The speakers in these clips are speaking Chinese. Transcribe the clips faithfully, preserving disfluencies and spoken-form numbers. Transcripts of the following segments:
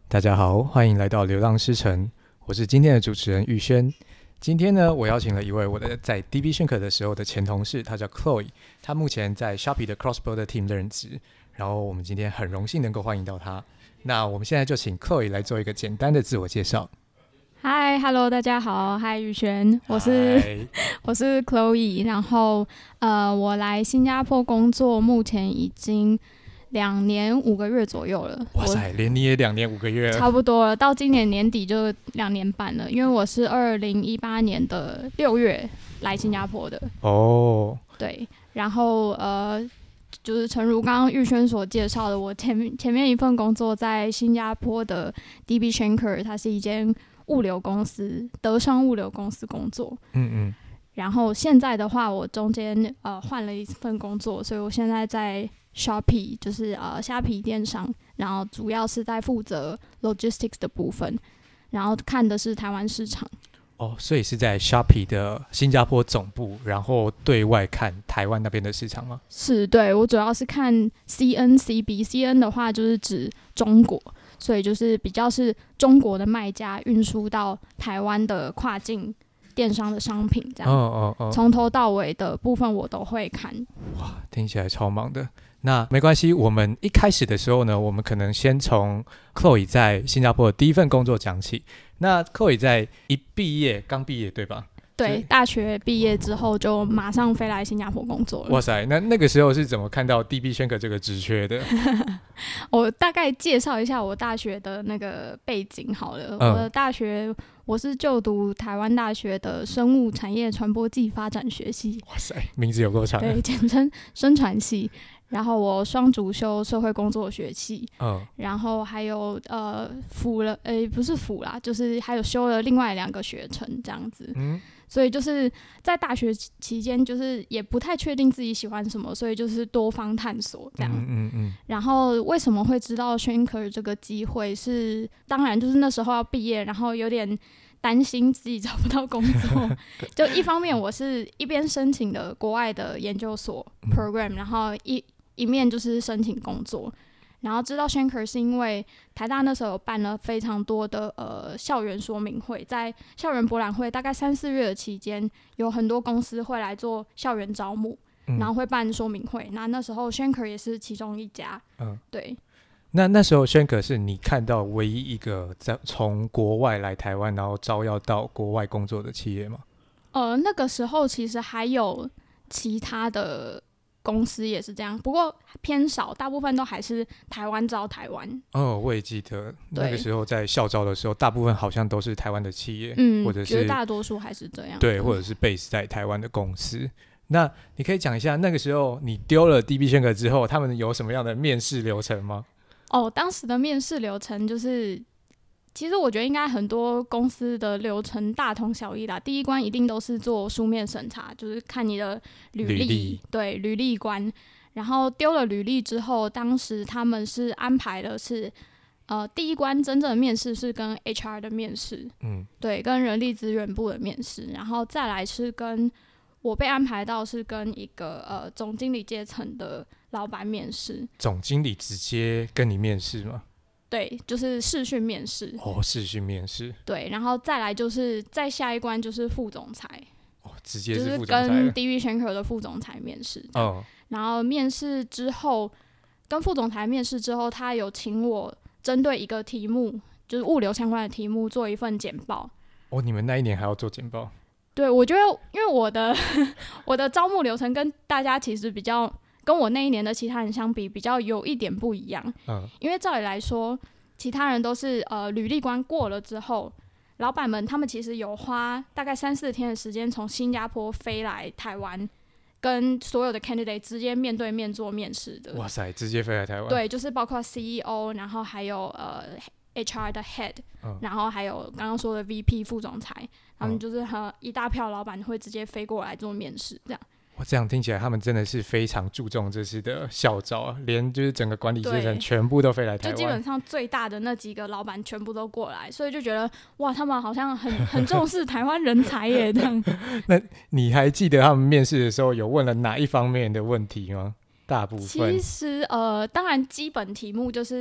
大家好，欢迎来到流浪诗城，我是今天的主持人玉轩。今天呢，我邀请了一位我的在 D B Schenker 的时候的前同事，他叫 Chloe， 他目前在 Shopee 的 Cross-Border Team 任职，然后我们今天很荣幸能够欢迎到他。那我们现在就请 Chloe 来做一个简单的自我介绍。 嗨 ，Hello， 大家好，嗨，宇璇，我是我是 Chloe， 然后呃，我来新加坡工作，目前已经两年五个月左右了。 哇塞，连你也两年五个月了， 差不多了，到今年年底就两年半了，因为我是二零一八年的六月来新加坡的。 哦， 对，然后呃。就是诚如刚刚玉轩所介绍的，我前前面一份工作在新加坡的 D B Schenker， 它是一间物流公司，德商物流公司工作。 嗯嗯。 然后现在的话，我中间呃换了一份工作，所以我现在在 Shopee， 就是呃虾皮电商，然后主要是在负责 logistics 的部分，然后看的是台湾市场。 哦，所以是在 Shopee 的新加坡总部，然后对外看台湾那边的市场吗？ 是，对，我主要是看 C N、C B。C N 的话就是指中国，所以就是比较是中国的卖家运输到台湾的跨境电商的商品，这样。哦哦哦，从头到尾的部分我都会看。 哇，听起来超忙的。那没关系，我们一开始的时候呢，我们可能先从 Chloe 在新加坡的第一份工作讲起。那 Chloe 在一毕业，刚毕业对吧？ 对，大学毕业之后就马上飞来新加坡工作了。 哇塞，那那个时候是怎么看到 D B Schenker 这个职缺的？ 我大概介绍一下我大学的那个背景好了。嗯、我的大学我是就读台湾大学的生物产业传播暨发展学系。 哇塞，名字有够长。 对，简称生传系。然后我双主修社会工作学系，嗯，然后还有呃辅了，诶不是辅啦，就是还有修了另外两个学程这样子，嗯，所以就是在大学期间就是也不太确定自己喜欢什么，所以就是多方探索这样，嗯嗯嗯。然后为什么会知道 Schenker 这个机会是，当然就是那时候要毕业，然后有点担心自己找不到工作，就一方面我是一边申请的国外的研究所 program，、嗯、然后一一面就是申请工作，然后知道 Schenker 是因为台大那时候有办了非常多的呃校园说明会，在校园博览会大概三四月的期间，有很多公司会来做校园招募，嗯、然后会办说明会。那那时候 Schenker 也是其中一家，嗯，对。 那那时候 Schenker 是你看到唯一一个在从国外来台湾，然后招要到国外工作的企业吗？ 呃，那个时候其实还有其他的公司也是这样，不过偏少，大部分都还是台湾招台湾。 哦，我也记得那个时候在校招的时候，大部分好像都是台湾的企业， 嗯， 或者是绝大多数还是这样， 对，或者是 base 在台湾的公司。那你可以讲一下那个时候你丢了 D B Schenker 之后，他们有什么样的面试流程吗？ 哦，当时的面试流程就是，其实我觉得应该很多公司的流程大同小异啦。第一关一定都是做书面审查，就是看你的履历，履历对履历关。然后丢了履历之后，当时他们是安排的是，呃，第一关真正的面试是跟 H R 的面试，嗯，对，跟人力资源部的面试，然后再来是跟我被安排到是跟一个呃总经理阶层的老板面试。 总经理直接跟你面试吗？ 对，就是视讯面试。 哦，视讯面试。 对，然后再来就是再下一关就是副总裁。 哦，直接是副总裁，就是跟 D B Schenker 的副总裁面试。哦。然后面试之后，跟副总裁面试之后，他有请我针对一个题目，就是物流相关的题目，做一份简报。 哦，你们那一年还要做简报？ 对，我觉得因为我的我的招募流程跟大家其实比较，跟我那一年的其他人相比，比较有一点不一样。嗯，因为照理来说，其他人都是呃履历关过了之后，老板们他们其实有花大概三四天的时间从新加坡飞来台湾，跟所有的 candidate 直接面对面做面试的。 哇塞，直接飞来台湾？ 对，就是包括 C E O， 然后还有呃 H R 的 head，嗯、然后还有刚刚说的 V P 副总裁，他们就是和一大票老板会直接飞过来做面试，这样。 哇，这样听起来他们真的是非常注重这次的校招啊，连就是整个管理阶层全部都飞来台湾， 就基本上最大的那几个老板全部都过来，所以就觉得哇，他们好像很很重视台湾人才耶这样。 那你还记得他们面试的时候有问了哪一方面的问题吗？大部分其实呃，当然基本题目就是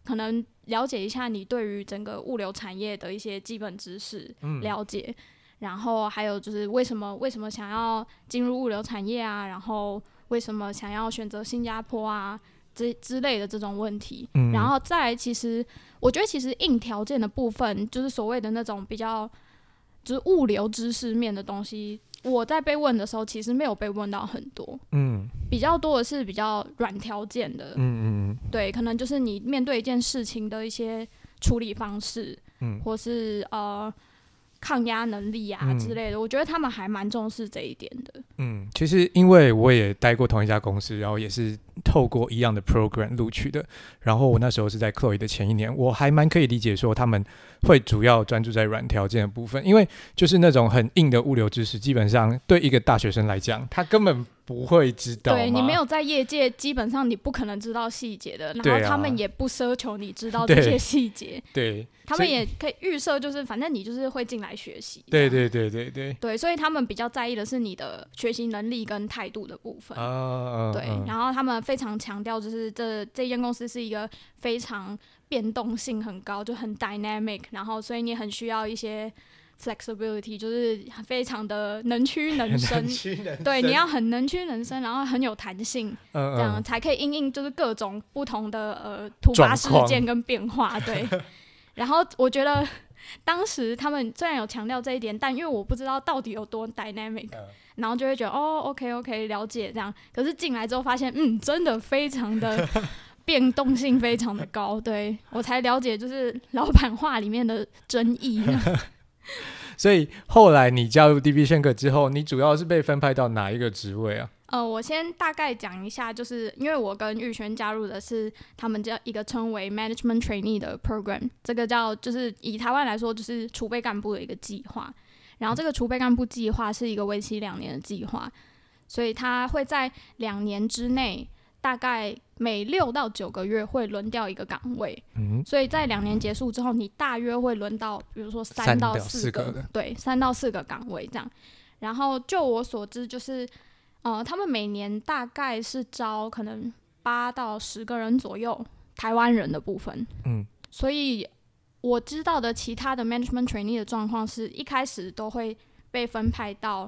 可能了解一下你对于整个物流产业的一些基本知识了解、嗯、然后还有就是为什么为什么想要进入物流产业啊，然后为什么想要选择新加坡啊之之类的这种问题、嗯、然后再来其实我觉得其实硬条件的部分就是所谓的那种比较就是物流知识面的东西，我在被问的时候其实没有被问到很多，嗯，比较多的是比较软条件的，嗯嗯对，可能就是你面对一件事情的一些处理方式，嗯，或是呃抗压能力啊之类的、嗯、我觉得他们还蛮重视这一点的。 嗯，其实因为我也待过同一家公司，然后也是透过一样的 program 录取的，然后我那时候是在 Chloe 的前一年，我还蛮可以理解说他们会主要专注在软条件的部分，因为就是那种很硬的物流知识基本上对一个大学生来讲他根本不会知道， 对，你没有在业界基本上你不可能知道细节的，然后他们也不奢求你知道这些细节， 对, 对，他们也可以预设就是反正你就是会进来学习， 对对对对对对，所以他们比较在意的是你的学习能力跟态度的部分、uh, uh, 对，然后他们非常强调就是这这间公司是一个非常变动性很高就很 dynamic， 然后所以你很需要一些flexibility， 就是非常的能屈能伸，对，你要很能屈能伸，然后很有弹性，嗯嗯，这样才可以因应就是各种不同的呃突发事件跟变化，对。然后我觉得当时他们虽然有强调这一点，但因为我不知道到底有多 dynamic，、嗯、然后就会觉得哦 OK OK 了解这样，可是进来之后发现嗯真的非常的变动性非常的高，对，我才了解就是老板话里面的争议。 所以后来你加入 D B Schenker 之后，你主要是被分派到哪一个职位啊？ 呃，我先大概讲一下，就是因为我跟玉轩加入的是他们叫一个称为 Management Trainee 的 program， 这个叫就是以台湾来说就是储备干部的一个计划，然后这个储备干部计划是一个为期两年的计划，所以它会在两年之内大概每六到九个月会轮调一个岗位、嗯、所以在两年结束之后你大约会轮到比如说三到四个，对，三到四个岗位这样。然后就我所知就是呃，他们每年大概是招可能八到十个人左右台湾人的部分，嗯，所以我知道的其他的 management trainee 的状况是一开始都会被分派到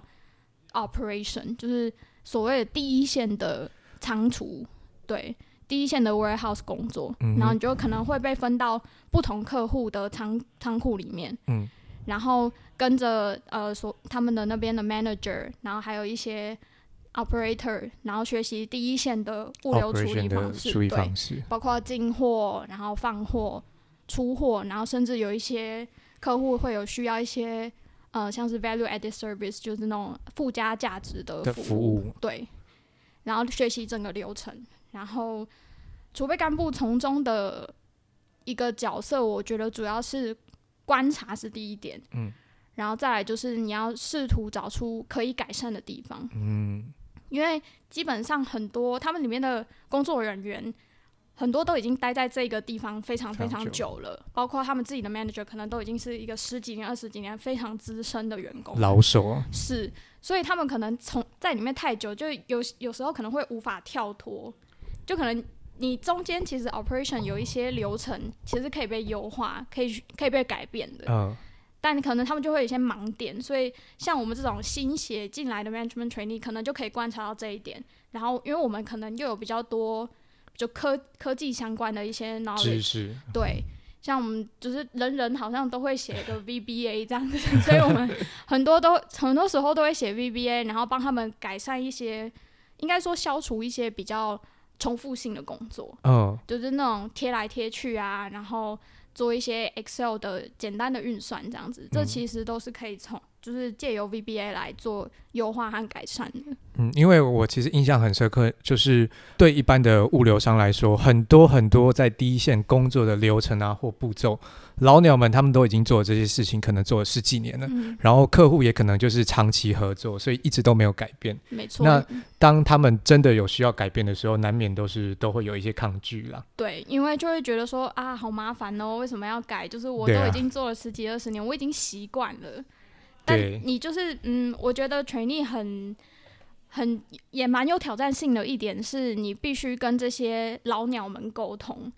operation， 就是所谓的第一线的仓储，对，第一线的 warehouse 工作、嗯、然后你就可能会被分到不同客户的仓仓库里面、嗯、然后跟着呃所他们的那边的 manager， 然后还有一些 operator， 然后学习第一线的物流处理方式， 处理方式对，包括进货，然后放货、出货，然后甚至有一些客户会有需要一些呃像是 value added service， 就是那种附加价值的服务, 服务对，然后学习整个流程。然后储备干部从中的一个角色，我觉得主要是观察是第一点，嗯，然后再来就是你要试图找出可以改善的地方，嗯，因为基本上很多他们里面的工作人员很多都已经待在这个地方非常非常久了，包括他们自己的 manager 可能都已经是一个十几年二十几年非常资深的员工， 老手啊， 是，所以他们可能从在里面太久，就有有时候可能会无法跳脱，就可能你中间其实 operation 有一些流程其实可以被优化，可以可以被改变的，嗯，但可能他们就会有一些盲点，所以像我们这种新血进来的 management trainee 可能就可以观察到这一点。然后因为我们可能又有比较多就 科, 科技相关的一些 knowledge 知识， 对，像我们就是人人好像都会写个 V B A 这样子，所以我们很多都很多时候都会写 V B A， 然后帮他们改善一些，应该说消除一些比较重复性的工作，嗯，就是那种贴来贴去啊，然后做一些 Excel 的简单的运算这样子，这其实都是可以从就是借由 V B A 来做优化和改善的。 嗯，因为我其实印象很深刻，就是对一般的物流商来说，很多很多在第一线工作的流程啊或步骤，老鸟们他们都已经做了这些事情，可能做了十几年了，嗯，然后客户也可能就是长期合作，所以一直都没有改变。 没错。 那当他们真的有需要改变的时候，难免都是都会有一些抗拒啦。 对，因为就会觉得说啊，好麻烦哦，为什么要改？就是我都已经做了十几二十年，我已经习惯了。但你就是嗯，我觉得 trainee 很很也蛮有挑战性的一点是，你必须跟这些老鸟们沟通，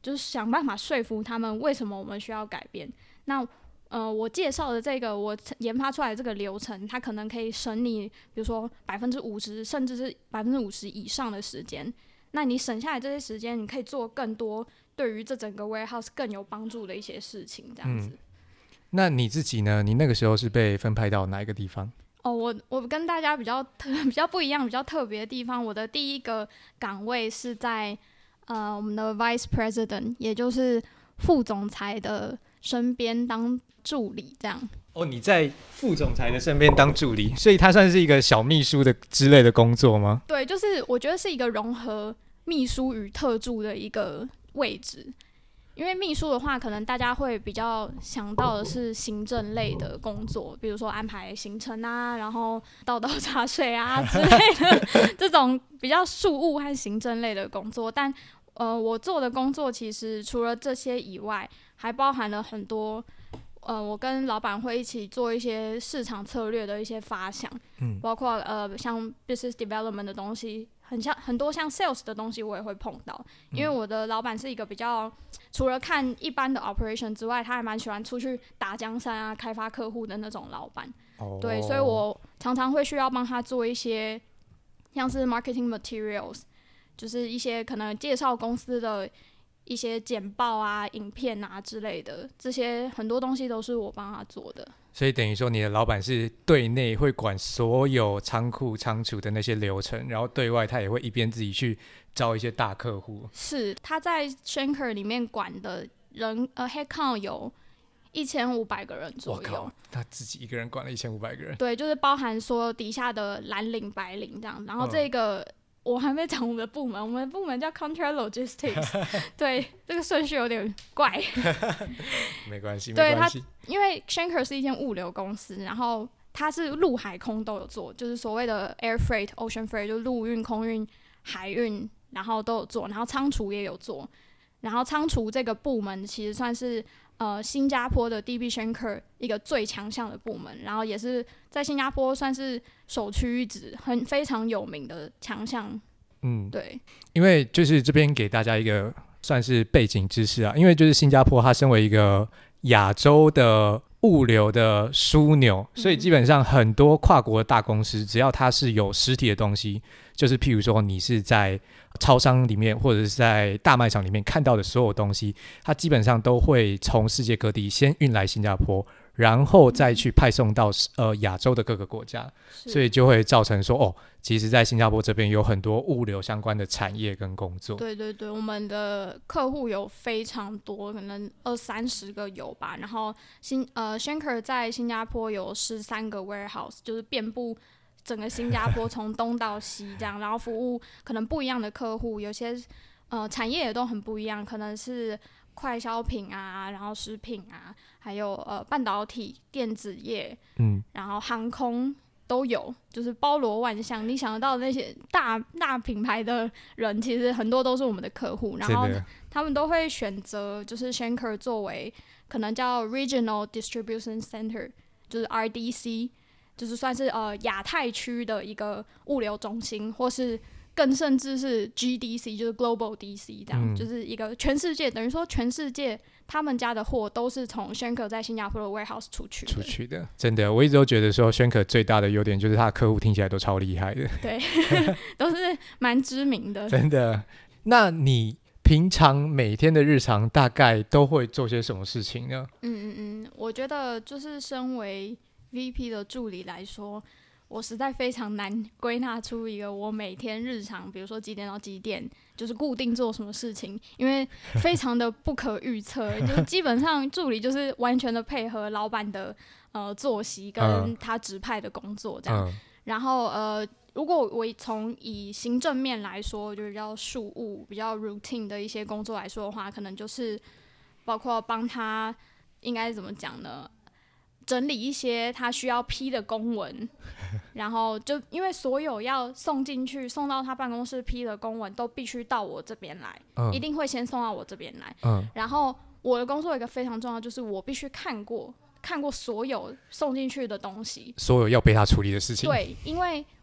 就是想办法说服他们为什么我们需要改变。那呃，我介绍的这个我研发出来的这个流程，它可能可以省你比如说百分之五十甚至是百分之五十以上的时间。那你省下来这些时间，你可以做更多对于这整个 warehouse 更有帮助的一些事情，这样子。嗯， 那你自己呢？你那个时候是被分派到哪一个地方？ 哦，我我跟大家比较特比较不一样、比较特别的地方，我的第一个岗位是在呃我们的 Vice President， 也就是副总裁的身边当助理，这样。 哦，你在副总裁的身边当助理，所以他算是一个小秘书的之类的工作吗？ 对，就是我觉得是一个融合秘书与特助的一个位置。因为秘书的话，可能大家会比较想到的是行政类的工作，比如说安排行程啊，然后倒倒茶水啊之类的这种比较事务和行政类的工作。但呃，我做的工作其实除了这些以外，还包含了很多。呃，我跟老板会一起做一些市场策略的一些发想，嗯，包括呃像 business development 的东西，很像很多像 sales 的东西我也会碰到，因为我的老板是一个比较除了看一般的 operation 之外，他还蛮喜欢出去打江山啊、开发客户的那种老板，哦，对，所以我常常会需要帮他做一些像是 marketing materials， 就是一些可能介绍公司的一些简报啊、影片啊之类的，这些很多东西都是我帮他做的。 所以等于说，你的老板是对内会管所有仓库仓储的那些流程，然后对外他也会一边自己去招一些大客户。 是，他在 Schenker 里面管的人呃 headcount 有一千五百个人左右。 他自己一个人管了一千五百个人。 对，就是包含说底下的蓝领、白领这样。然后这个。嗯，我还没讲我们的部门，我们的部门叫 Contract Logistics 对，这个顺序有点怪没关系，没关系。 因为 Schenker 是一间物流公司，然后它是陆海空都有做，就是所谓的 Air Freight、Ocean Freight， 就陆运、空运、海运，然后都有做，然后仓储也有做。然后仓储这个部门其实算是呃新加坡的 D B Schenker 一个最强项的部门，然后也是在新加坡算是首屈一指、很非常有名的强项。嗯，对。 因为就是这边给大家一个算是背景知识啊，因为就是新加坡它身为一个亚洲的物流的枢纽，所以基本上很多跨国的大公司，只要它是有实体的东西，就是譬如说你是在超商里面或者是在大卖场里面看到的所有东西，它基本上都会从世界各地先运来新加坡，然后再去派送到呃亚洲的各个国家，所以就会造成说哦，其实在新加坡这边有很多物流相关的产业跟工作。 对对对，我们的客户有非常多，可能二三十个有吧。然后新呃 Schenker 在新加坡有十三个 warehouse， 就是遍布整个新加坡从东到西这样，然后服务可能不一样的客户，有些呃产业也都很不一样，可能是快消品啊，然后食品啊，还有呃半导体、电子业，嗯，然后航空都有，就是包罗万象。你想得到的那些大大品牌的人，其实很多都是我们的客户，然后他们都会选择就是 Schenker 作为可能叫 Regional Distribution Center， 就是 R D C。就是算是呃亚太区的一个物流中心，或是更甚至是 G D C， 就是 Global D C 这样，嗯，就是一个全世界，等于说全世界他们家的货都是从 Schenker 在新加坡的 warehouse 出去的。 出去的，真的，我一直都觉得说 Schenker 最大的优点就是他的客户听起来都超厉害的， 对，都是蛮知名的， 真的。那你平常每天的日常大概都会做些什么事情呢？ 嗯嗯嗯，我觉得就是身为V P 的助理来说，我实在非常难归纳出一个我每天日常，比如说几点到几点，就是固定做什么事情，因为非常的不可预测。就是基本上助理就是完全的配合老板的呃作息跟他指派的工作这样。嗯、然后呃，如果我从以行政面来说，就比较事务、比较 routine 的一些工作来说的话，可能就是包括帮他应该怎么讲呢？整理一些他需要批的公文，然后就因为所有要送进去送到他办公室批的公文都必须到我这边来、嗯、一定会先送到我这边来、嗯、然后我的工作有一个非常重要，就是我必须看过看过所有送进去的东西， 所有要被他处理的事情。 对，因为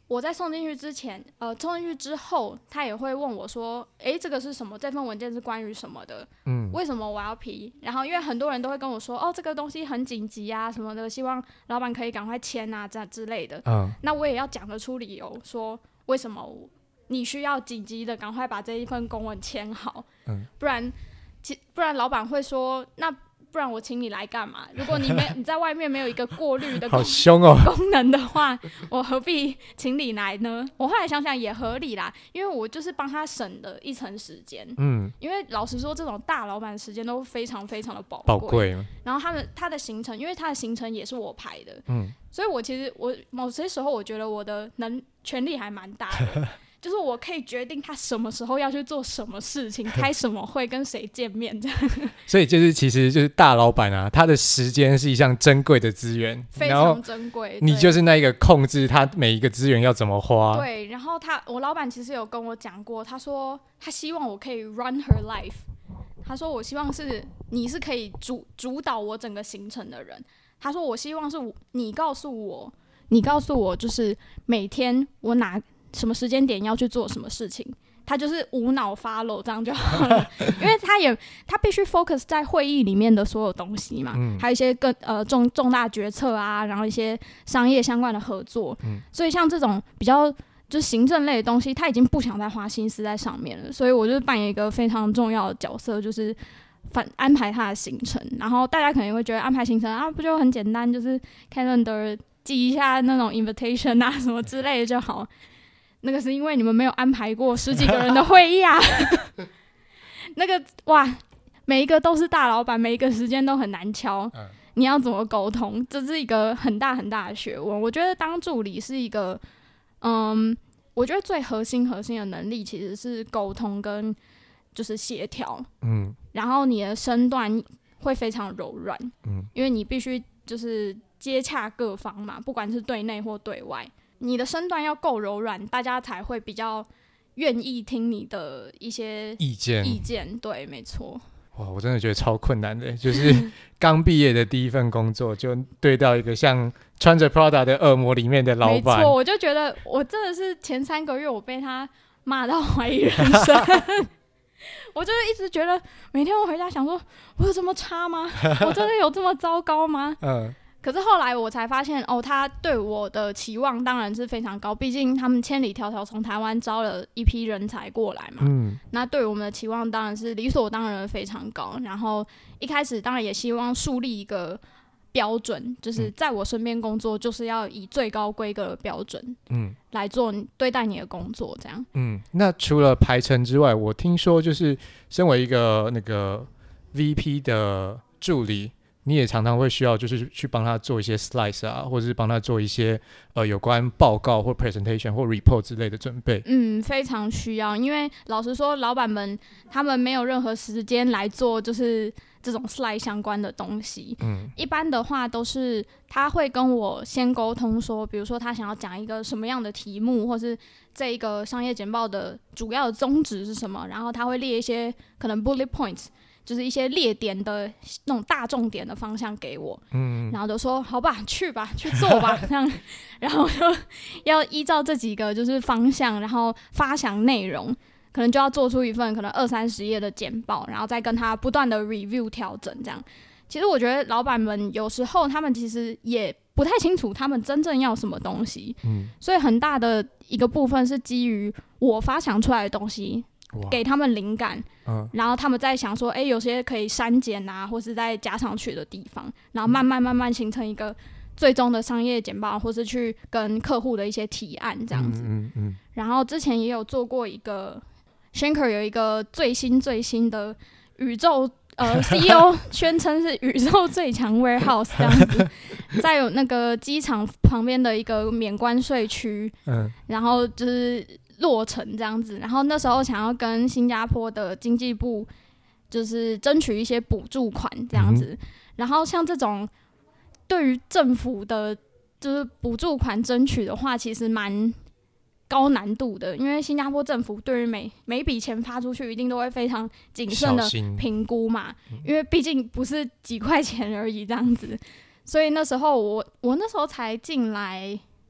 我在送进去之前，呃，送进去之后，他也会问我说：“诶，这个是什么？这份文件是关于什么的？嗯，为什么我要批？”然后因为很多人都会跟我说：“哦，这个东西很紧急啊，什么的，希望老板可以赶快签啊，这样之类的。”嗯，那我也要讲得出理由，说为什么你需要紧急的赶快把这一份公文签好，嗯，不然，不然老板会说那。不然我请你来干嘛？如果你没你在外面没有一个过滤的功, 好凶哦功能的话，我何必请你来呢？我后来想想也合理啦，因为我就是帮他省了一层时间。嗯，因为老实说，这种大老板的时间都非常非常的宝贵。宝贵。然后他的他的行程，因为他的行程也是我排的，嗯，所以我其实我某些时候我觉得我的能权力还蛮大的。就是我可以决定他什么时候要去做什么事情，开什么会，跟谁见面这样。 所以就是其实就是大老板啊，他的时间是一项珍贵的资源， 非常珍贵。 你就是那个控制他每一个资源要怎么花。 对，然后他我老板其实有跟我讲过，他说他希望我可以 run her life。他说我希望是你是可以主主导我整个行程的人。他说我希望是你告诉我，你告诉我就是每天我哪。什么时间点要去做什么事情，他就是无脑 follow 这样就好了。因为他也他必须 focus 在会议里面的所有东西嘛，嗯、还有一些更呃重重大决策啊，然后一些商业相关的合作，嗯、所以像这种比较就是行政类的东西，他已经不想再花心思在上面了。所以我就扮演一个非常重要的角色，就是反安排他的行程。然后大家可能会觉得安排行程啊，不就很简单，就是 calendar 记一下那种 invitation 啊什么之类的就好。那个是因为你们没有安排过十几个人的会议啊。那个哇，每一个都是大老板，每一个时间都很难敲，嗯、你要怎么沟通？这是一个很大很大的学问。我觉得当助理是一个，嗯，我觉得最核心核心的能力其实是沟通跟就是协调，嗯，然后你的身段会非常柔软，嗯，因为你必须就是接洽各方嘛，不管是对内或对外。你的身段要够柔软，大家才会比较愿意听你的一些意见。 意见，对，没错。 哇，我真的觉得超困难的，就是刚毕业的第一份工作，就对到一个像穿着 Prada 的恶魔里面的老板。 没错，我就觉得我真的是前三个月我被他骂到怀疑人生。我就是一直觉得每天我回家想说，我有这么差吗？我真的有这么糟糕吗？嗯。可是后来我才发现，哦，他对我的期望当然是非常高，毕竟他们千里迢迢从台湾招了一批人才过来嘛。嗯，那对我们的期望当然是理所当然的非常高。然后一开始当然也希望树立一个标准，就是在我身边工作就是要以最高规格的标准，嗯，来做对待你的工作，这样。嗯， 那除了排程之外，我听说就是身为一个那个 V P 的助理。你也常常会需要就是去帮他做一些 slides 啊，或者是帮他做一些呃有关报告或 presentation 或 report 之类的准备。 嗯，非常需要，因为老实说，老板们他们没有任何时间来做就是这种 slide 相关的东西。嗯，一般的话都是他会跟我先沟通说，比如说他想要讲一个什么样的题目，或是这一个商业简报的主要的宗旨是什么，然后他会列一些可能 bullet points。就是一些列点的那种大重点的方向给我，嗯，然后就说好吧，去吧，去做吧，这样，然后就要依照这几个就是方向，然后发想内容，可能就要做出一份可能二三十页的简报，然后再跟他不断的 review 调整，这样。其实我觉得老板们有时候他们其实也不太清楚他们真正要什么东西，嗯，所以很大的一个部分是基于我发想出来的东西。给他们灵感、嗯，然后他们在想说，哎、欸，有些可以删减啊，或是再加上去的地方，然后慢慢慢慢形成一个最终的商业简报，或是去跟客户的一些提案这样子。嗯嗯嗯、然后之前也有做过一个 Schenker 有一个最新最新的宇宙呃 C E O 宣称是宇宙最强 warehouse 这样子，在有那个机场旁边的一个免关税区，嗯，然后就是。落成这样子，然后那时候想要跟新加坡的经济部就是争取一些补助款这样子、嗯、然后像这种对于政府的就是补助款争取的话其实蛮高难度的，因为新加坡政府对于每每一笔钱发出去一定都会非常谨慎的评估嘛，因为毕竟不是几块钱而已这样子，所以那时候我我那时候才进来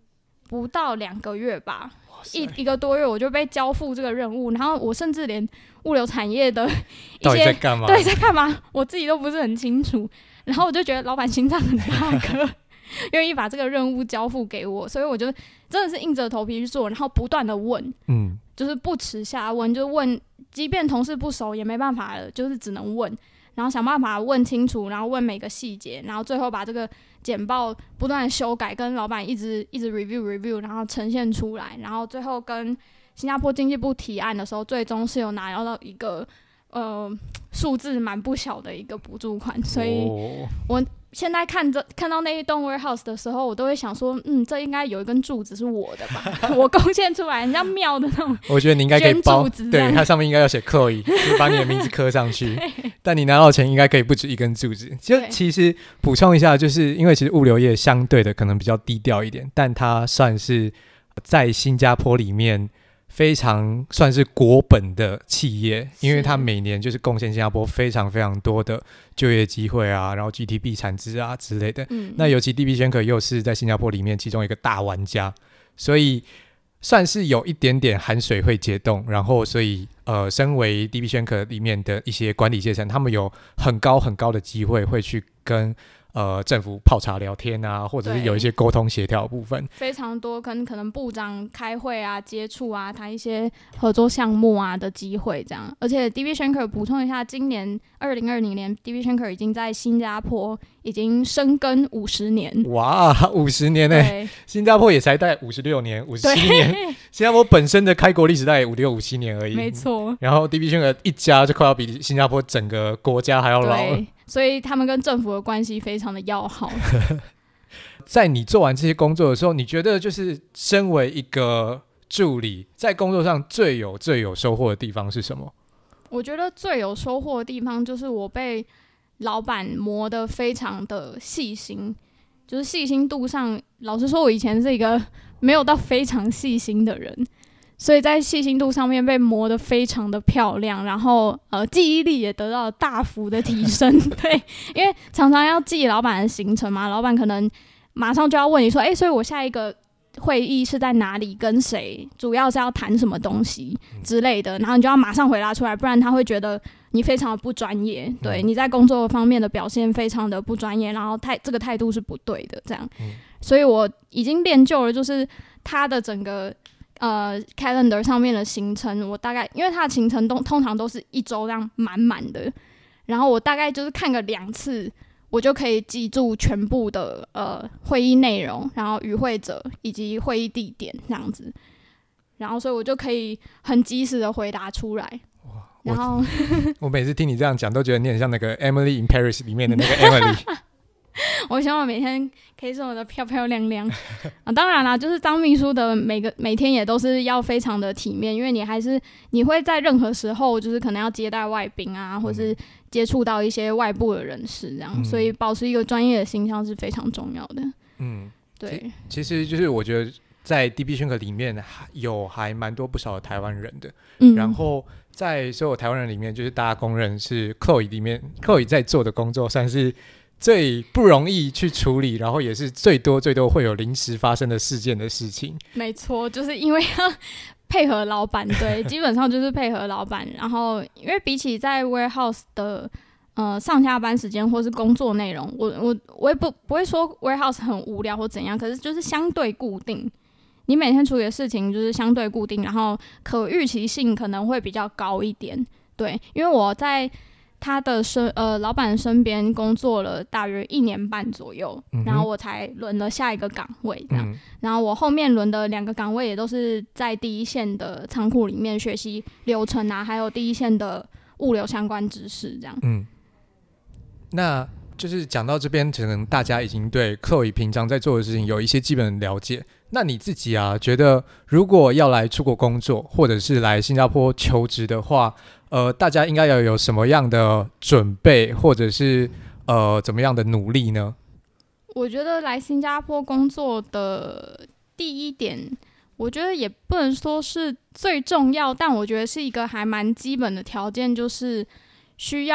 不到两个月吧，一一个多月我就被交付这个任务，然后我甚至连物流产业的一些到底在干嘛？ 对在干嘛，我自己都不是很清楚。然后我就觉得老板心脏很大颗，愿意把这个任务交付给我，所以我就真的是硬着头皮去做，然后不断的问，嗯，就是不耻下问，就问，即便同事不熟也没办法了，就是只能问，然后想办法问清楚，然后问每个细节，然后最后把这个简报不断的修改，跟老板一直一直 review review， 然后呈现出来，然后最后跟新加坡经济部提案的时候，最终是有拿到一个呃数字蛮不小的一个补助款，所以我现在看着看到那一栋 warehouse 的时候，我都会想说，嗯，这应该有一根柱子是我的吧，我贡献出来，人家庙的那种， 我觉得你应该可以包，对，它上面应该要写 Chloe， 就把你的名字刻上去。但你拿到钱应该可以不止一根柱子。就其实补充一下，就是因为其实物流业相对的可能比较低调一点，但它算是在新加坡里面非常算是国本的企业，因为它每年就是贡献新加坡非常非常多的就业机会啊，然后 G D P 产值啊之类的、嗯、那尤其 D B Schenker 又是在新加坡里面其中一个大玩家，所以算是有一点点含水会解冻，然后所以呃，身为 D B Schenker 里面的一些管理阶层，他们有很高很高的机会会去跟呃，政府泡茶聊天啊，或者是有一些沟通协调的部分， 非常多跟可能部长开会啊、接触啊、谈一些合作项目啊的机会这样。而且 D B Schenker 补充一下，今年二零二零年 D B Schenker 已经在新加坡已经深耕五十年。 哇，五十年呢、欸？新加坡也才大概五十六年、五十七年，新加坡本身的开国历史大概五六、五七年而已。 没错。 然后 D B Schenker 一家就快要比新加坡整个国家还要老了。 所以他们跟政府的关系非常的要好。 在你做完这些工作的时候，你觉得就是身为一个助理，在工作上最有最有收获的地方是什么？ 我觉得最有收获的地方就是我被老板磨得非常的细心，就是细心度上，老实说我以前是一个没有到非常细心的人，所以在细心度上面被磨得非常的漂亮，然后呃记忆力也得到了大幅的提升。对，因为常常要记老板的行程嘛，老板可能马上就要问你说，哎、欸，所以我下一个会议是在哪里，跟谁，主要是要谈什么东西之类的，然后你就要马上回答出来，不然他会觉得你非常的不专业，对，你在工作方面的表现非常的不专业，然后态这个态度是不对的，这样。所以我已经练就了，就是他的整个呃 calendar 上面的行程，我大概因为他的行程都通常都是一周这样满满的，然后我大概就是看个两次，我就可以记住全部的呃会议内容，然后与会者以及会议地点这样子，然后所以我就可以很及时的回答出来。然后 我, 我每次听你这样讲，都觉得你很像那个 Emily in Paris 里面的那个 Emily。 我希望我每天可以生活的漂漂亮亮啊！当然啦，就是当秘书的每个每天也都是要非常的体面，因为你还是你会在任何时候就是可能要接待外宾啊，或是接触到一些外部的人士这样、嗯，所以保持一个专业的形象是非常重要的。嗯，对， 其实就是我觉得在 D B Schenker 里面有还蛮多不少的台湾人的，嗯，然后在所有台湾人里面，就是大家公认是 Chloe 里面 Chloe 在做的工作算是最不容易去处理，然后也是最多最多会有临时发生的事件的事情。 没错，就是因为要配合老板，对，基本上就是配合老板。然后，因为比起在 warehouse 的呃上下班时间或是工作内容，我我我也不不会说 warehouse 很无聊或怎样，可是就是相对固定。你每天处理的事情就是相对固定，然后可预期性可能会比较高一点。对，因为我在他的身呃老板身边工作了大约一年半左右、嗯、然后我才轮了下一个岗位这样、嗯、然后我后面轮的两个岗位也都是在第一线的仓库里面学习流程啊，还有第一线的物流相关知识这样。嗯， 那就是讲到这边，可能大家已经对 Chloe 平常在做的事情有一些基本的了解。那你自己啊，觉得如果要来出国工作，或者是来新加坡求职的话，呃，大家应该要有什么样的准备，或者是呃怎么样的努力呢？ 我觉得来新加坡工作的第一点，我觉得也不能说是最重要，但我觉得是一个还蛮基本的条件，就是需要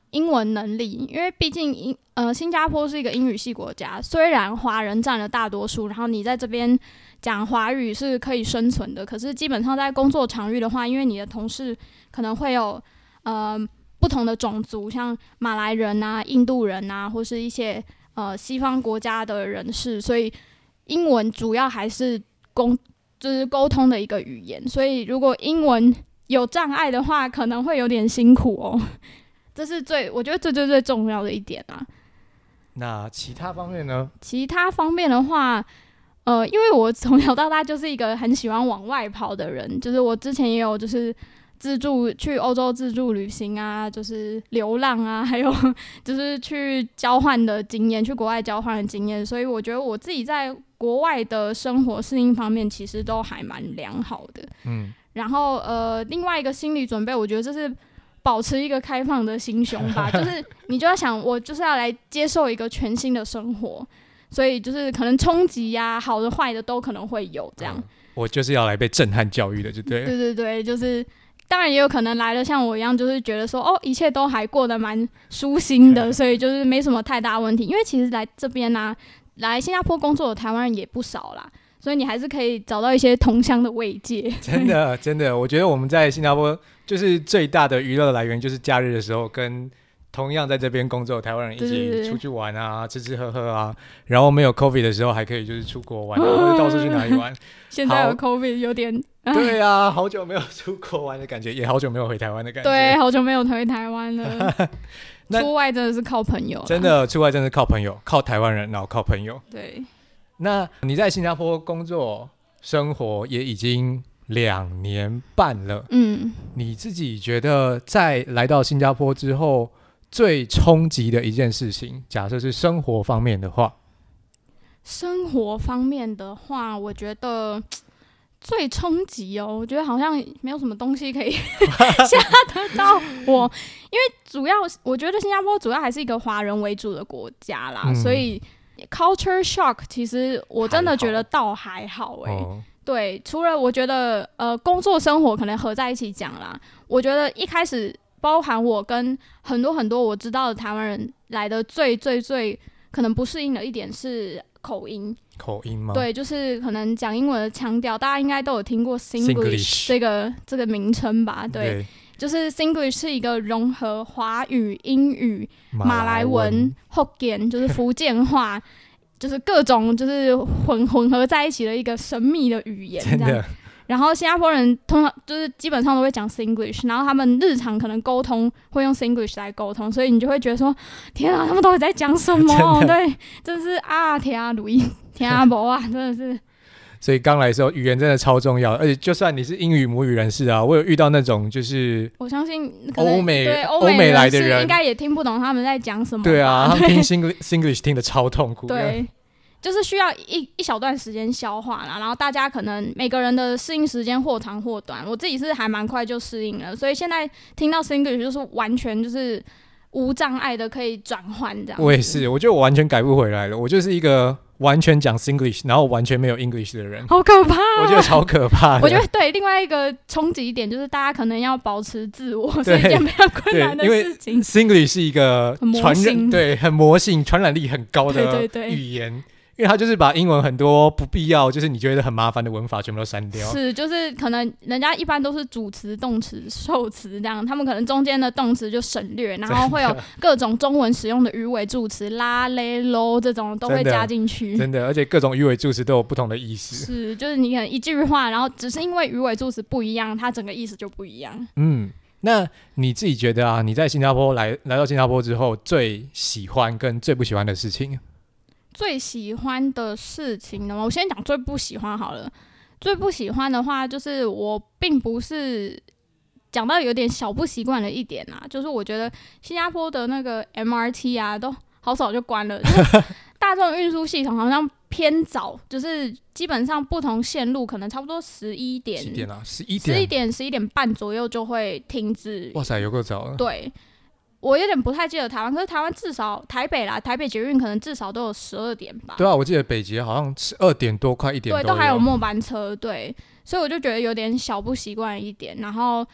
英文能力，因为毕竟英呃新加坡是一个英语系国家，虽然华人占了大多数，然后你在这边讲华语是可以生存的，可是基本上在工作场域的话，因为你的同事可能会有呃不同的种族，像马来人啊、印度人啊，或是一些呃西方国家的人士，所以英文主要还是沟就是沟通的一个语言，所以如果英文有障碍的话，可能会有点辛苦哦。这是最我觉得最最最重要的一点啊。 那其他方面呢？ 其他方面的话，呃，因为我从小到大就是一个很喜欢往外跑的人，就是我之前也有就是自助去欧洲自助旅行啊，就是流浪啊，还有就是去交换的经验，去国外交换的经验，所以我觉得我自己在国外的生活适应方面其实都还蛮良好的。嗯，然后呃，另外一个心理准备，我觉得这是保持一个开放的心胸吧，就是你就要想，我就是要来接受一个全新的生活，所以就是可能冲击呀，好的坏的都可能会有这样。嗯， 我就是要来被震撼教育的，就对了。 对对对，就是当然也有可能来了像我一样，就是觉得说哦，一切都还过得蛮舒心的，所以就是没什么太大问题。因为其实来这边啊，来新加坡工作的台湾人也不少啦。所以你还是可以找到一些同乡的慰藉。 真的真的，我觉得我们在新加坡就是最大的娱乐来源，就是假日的时候跟同样在这边工作的台湾人一起出去玩啊，吃吃喝喝啊，然后没有 COVID 的时候还可以就是出国玩，或者到处去哪里玩。 现在有 COVID 有点对啊，好久没有出国玩的感觉，也好久没有回台湾的感觉。 对，好久没有回台湾了。出外真的是靠朋友， 真的出外真的是靠朋友，靠台湾人，然后靠朋友。 对。 那你在新加坡工作生活也已经两年半了，嗯，你自己觉得在来到新加坡之后最冲击的一件事情，假设是生活方面的话， 生活方面的话，我觉得最冲击哦，我觉得好像没有什么东西可以吓得到我，因为主要我觉得新加坡主要还是一个华人为主的国家啦，嗯，所以culture shock 其实我真的觉得倒还好哎，欸哦，对，除了我觉得呃工作生活可能合在一起讲啦，我觉得一开始包含我跟很多很多我知道的台湾人来的最最最可能不适应的一点是口音。 口音吗？ 对，就是可能讲英文的腔调，大家应该都有听过 Singlish 这个这个名称吧？对。对，就是 Singlish 是一个融合华语、英语、马来文、福建，就是福建话，就是各种就是混混合在一起的一个神秘的语言，这样。真的。然后新加坡人通常就是基本上都会讲 Singlish， 然后他们日常可能沟通会用 Singlish 来沟通，所以你就会觉得说，天啊，他们到底在讲什么？对，真是啊，天啊，鲁伊，天啊，伯啊，真的是。 所以刚来的时候，语言真的超重要，而且就算你是英语母语人士啊，我有遇到那种就是我相信欧美对欧美来的人， 应该也听不懂他们在讲什么。 对啊，他们听 Singlish 听得超痛苦。 对，就是需要一一小段时间消化啦，然后大家可能每个人的适应时间或长或短，我自己是还蛮快就适应了，所以现在听到 Singlish 就是完全就是无障碍的可以转换这样。 我也是，我觉得我完全改不回来了，我就是一个完全讲 Singlish 然后完全没有 English 的人， 好可怕，啊， 我觉得超可怕的。 我觉得对，另外一个冲击点就是大家可能要保持自我，是一件非常困难的事情。因为 Singlish 是一个传染，对，很魔性、传染力很高的语言。对对对，因为他就是把英文很多不必要，就是你觉得很麻烦的文法全部都删掉。 是，就是可能人家一般都是主词、动词、受词这样，他们可能中间的动词就省略，然后会有各种中文使用的语尾助词，啦、嘞、喽这种都会加进去。 真的，而且各种语尾助词都有不同的意思。 是，就是你可能一句话，然后只是因为语尾助词不一样，它整个意思就不一样。 嗯，那你自己觉得啊，你在新加坡来来到新加坡之后，最喜欢跟最不喜欢的事情？ 最喜欢的事情呢，我先讲最不喜欢好了。最不喜欢的话，就是我并不是讲到有点小不习惯的一点啊，就是我觉得新加坡的那个 M R T 啊，都好早就关了，就是大众运输系统好像偏早，就是基本上不同线路可能差不多十一点， 几点啊？十一点， 十一点，十一点半左右就会停止。 哇塞，有够早了。 对。我有点不太记得台湾，可是台湾至少台北啦，台北捷运可能至少都有十二点吧。 对啊，我记得北捷好像十二点多，快一点多。 对，都还有末班车，对，所以我就觉得有点小不习惯一点。然后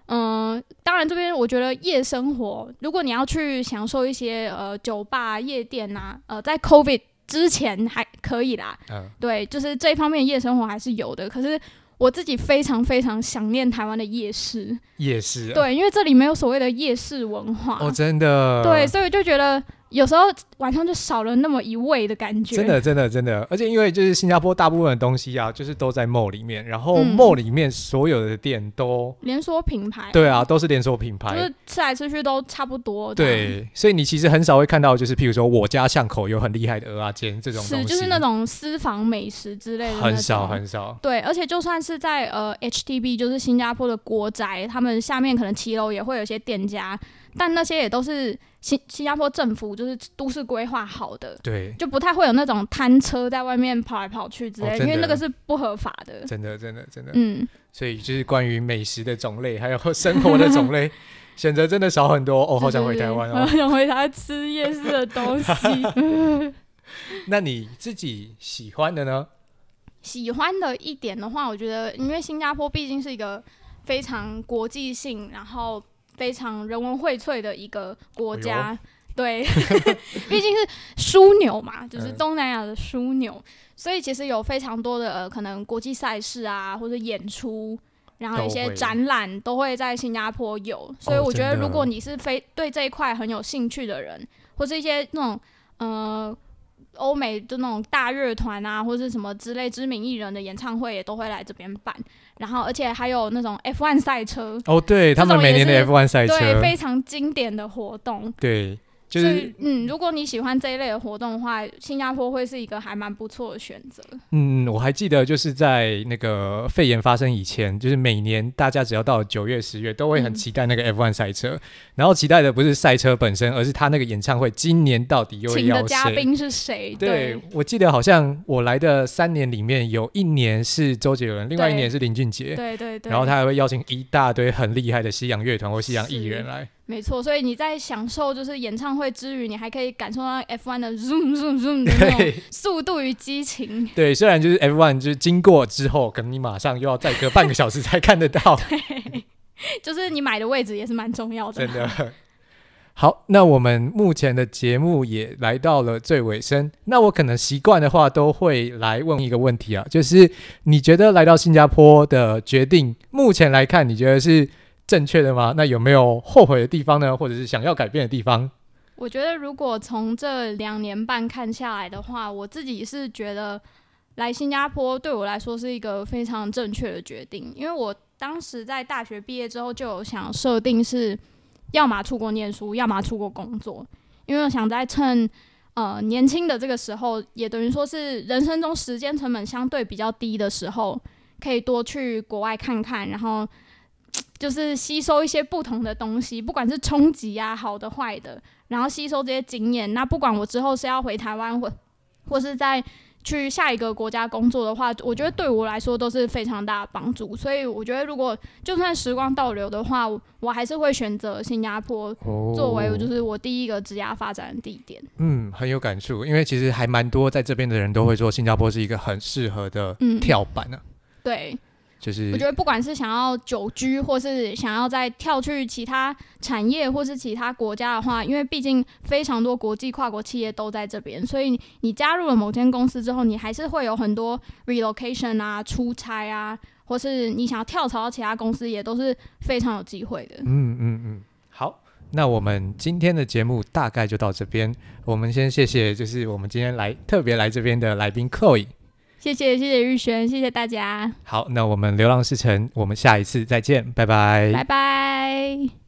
嗯、呃，当然这边我觉得夜生活，如果你要去享受一些呃酒吧、夜店啊，呃，在 COVID 之前还可以啦。嗯，对，就是这一方面夜生活还是有的。可是我自己非常非常想念台湾的夜市。 夜市、啊， 对，因为这里没有所谓的夜市文化。 哦，真的。 对，所以我就觉得。有时候晚上就少了那么一味的感觉， 真的真的真的，而且因为就是新加坡大部分的东西啊，就是都在 mall 里面，然后 mall 里面所有的店都连锁品牌， 对啊，都是连锁品牌， 就是吃来吃去都差不多。 对，所以你其实很少会看到，就是譬如说我家巷口有很厉害的蚵仔煎这种东西， 是就是那种私房美食之类的， 很少很少。 对，而且就算是在呃 H D B， 就是新加坡的国宅，他们下面可能骑楼也会有一些店家。但那些也都是新新加坡政府就是都市规划好的， 对， 就不太会有那种摊车在外面跑来跑去之类的、哦，因为那个是不合法的。 真的，真的，真的， 嗯， 所以就是关于美食的种类，还有生活的种类，选择真的少很多哦。好想回台湾哦， 好想回台湾吃夜市的东西。 那你自己喜欢的呢？ 喜欢的一点的话，我觉得，因为新加坡毕竟是一个非常国际性，然后非常人文荟萃的一个国家，哎、对，毕竟是枢纽嘛，就是东南亚的枢纽、嗯，所以其实有非常多的、呃、可能国际赛事啊，或者演出，然后一些展览都会在新加坡有，所以我觉得如果你是非对这一块很有兴趣的人，或是一些那种呃欧美的那种大乐团啊，或是什么之类知名艺人的演唱会也都会来这边办，然后而且还有那种 F 一 赛车哦，对，他们每年的 F 一 赛车， 对，非常经典的活动， 对。就是、 嗯，如果你喜欢这一类的活动的话，新加坡会是一个还蛮不错的选择。 嗯，我还记得就是在那个肺炎发生以前，就是每年大家只要到九月、十月，都会很期待那个 F 一 赛车、嗯，然后期待的不是赛车本身，而是他那个演唱会今年到底又要谁？ 请的嘉宾是谁？ 对， 对， 我记得好像我来的三年里面，有一年是周杰伦，另外一年是林俊杰， 对对对， 然后他还会邀请一大堆很厉害的西洋乐团或西洋艺人来。 没错，所以你在享受就是演唱会之余，你还可以感受到 F 一 的 zoom zoom zoom 的那种速度与激情。 对，虽然就是 F 一 就是经过之后，可能你马上又要再隔半个小时才看得到。 对，就是你买的位置也是蛮重要的。 真的。好，那我们目前的节目也来到了最尾声。那我可能习惯的话，都会来问一个问题啊，就是你觉得来到新加坡的决定，目前来看，你觉得是正确的吗？那有没有后悔的地方呢？或者是想要改变的地方？ 我觉得如果从这两年半看下来的话，我自己是觉得来新加坡对我来说是一个非常正确的决定，因为我当时在大学毕业之后就有想设定是要么出国念书，要么出国工作，因为我想在趁呃年轻的这个时候，也等于说是人生中时间成本相对比较低的时候，可以多去国外看看，然后就是吸收一些不同的东西，不管是冲击啊，好的坏的，然后吸收这些经验。那不管我之后是要回台湾或或是在去下一个国家工作的话，我觉得对我来说都是非常大的帮助。所以我觉得如果就算时光倒流的话，我还是会选择新加坡作为就是我第一个职业发展的地点。 嗯，很有感触，因为其实还蛮多在这边的人都会说新加坡是一个很适合的跳板啊。 嗯、对。 就是我觉得不管是想要久居，或是想要再跳去其他产业或是其他国家的话，因为毕竟非常多国际跨国企业都在这边，所以你加入了某间公司之后，你还是会有很多 relocation 啊、出差啊，或是你想要跳槽到其他公司，也都是非常有机会的。 嗯嗯嗯，好，那我们今天的节目大概就到这边。我们先谢谢，就是我们今天来特别来这边的来宾 Chloe。 谢谢，谢谢玉璇，谢谢大家。 好，那我们流浪世城，我们下一次再见，拜拜， 拜拜。